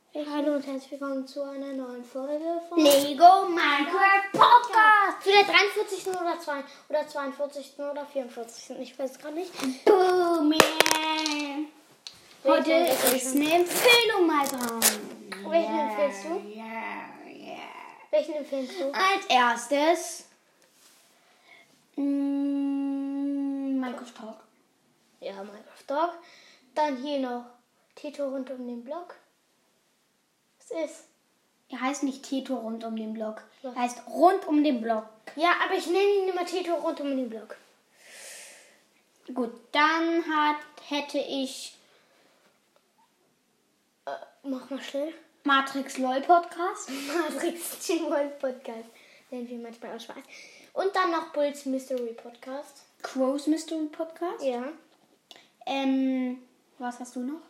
Hallo und herzlich willkommen zu einer neuen Folge von Lego Minecraft Podcast. Zu der 43. oder 42. oder 44. Ich weiß es gerade nicht. Boom, yeah. Heute ist eine Empfehlung mal dran. Welchen empfiehlst du? Yeah. Welchen empfiehlst du? Als erstes Minecraft Talk. Ja, Minecraft Dog. Dann hier noch Tito rund um den Block. Was ist? Er heißt nicht Tito rund um den Block. Was? Er heißt rund um den Block. Ja, aber ich nenne ihn immer Tito rund um den Block. Gut, dann hätte ich Mach mal schnell. Matrix LOL Podcast. Matrix Teamworld Podcast. Nennen wir manchmal auch Spaß. Und dann noch Bulls Mystery Podcast. Crow's Mystery Podcast. Ja. Was hast du noch?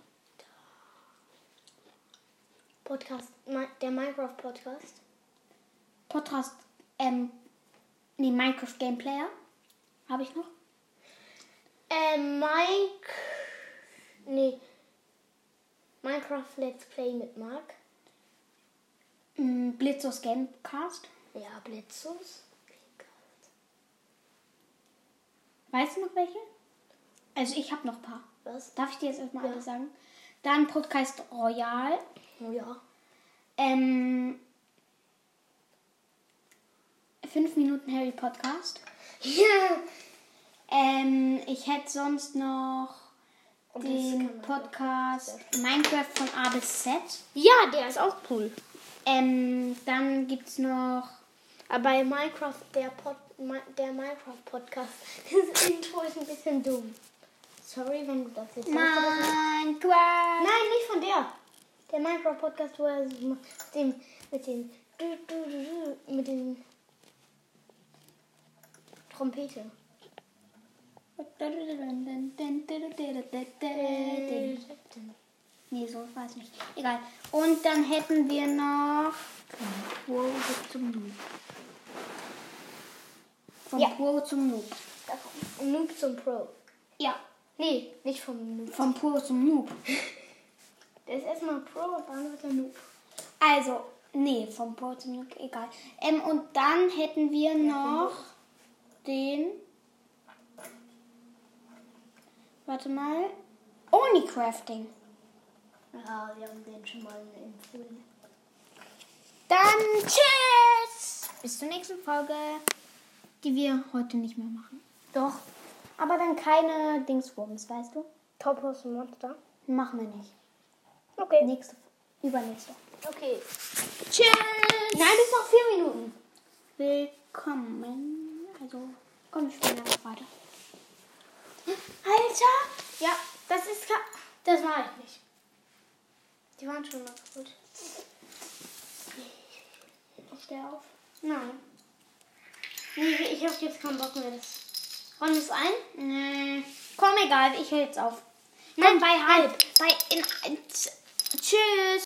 Podcast. Der Minecraft Podcast. Podcast, Minecraft Gameplayer. Habe ich noch? Minecraft Let's Play mit Marc. Blitzos Gamecast. Ja, Blitzos. Weißt du noch welche? Also ich habe noch ein paar. Was? Darf ich dir jetzt erstmal alle sagen? Dann Podcast Royal. Oh ja. 5 Minuten Harry Podcast. Ja. Ich hätte sonst noch Und das den kann man Podcast Minecraft von A bis Z. Ja, der ist auch cool. Dann gibt es noch... Aber bei Minecraft, der Minecraft Podcast, das Intro ist ein bisschen dumm. Sorry, wenn du das jetzt sagst. Minecraft. Nein, nicht von der. Der Minecraft Podcast, wo er mit den Trompete. Nee, so weiß ich nicht. Egal. Und dann hätten wir noch Quo zum Noob. Vom Quo zum Noob. Vom Noob zum Pro. Ja, Nee, nicht vom Noob. vom Pro zum Noob. Der ist erstmal Pro und dann wird er Noob. Also, nee, vom Pro zum Noob, egal. Und dann hätten wir noch den... Warte mal. Oni-Crafting. Ja, wir haben den schon mal empfohlen. Dann tschüss! Bis zur nächsten Folge, die wir heute nicht mehr machen. Doch. Aber dann keine Dingswurms, weißt du? Topos Monster. Machen wir nicht. Okay. Übernächste. Okay. Tschüss! Nein, bis noch 4 Minuten. Willkommen. Also, komm, wir spielen einfach weiter. Alter! Ja, das war ich nicht. Die waren schon mal kaputt. Steh auf. Nein. Nee, ich hab jetzt keinen Bock mehr. Räum es ein? Nee. Komm, egal, ich höre jetzt auf. Nein, Komm, bei halb. Tschüss!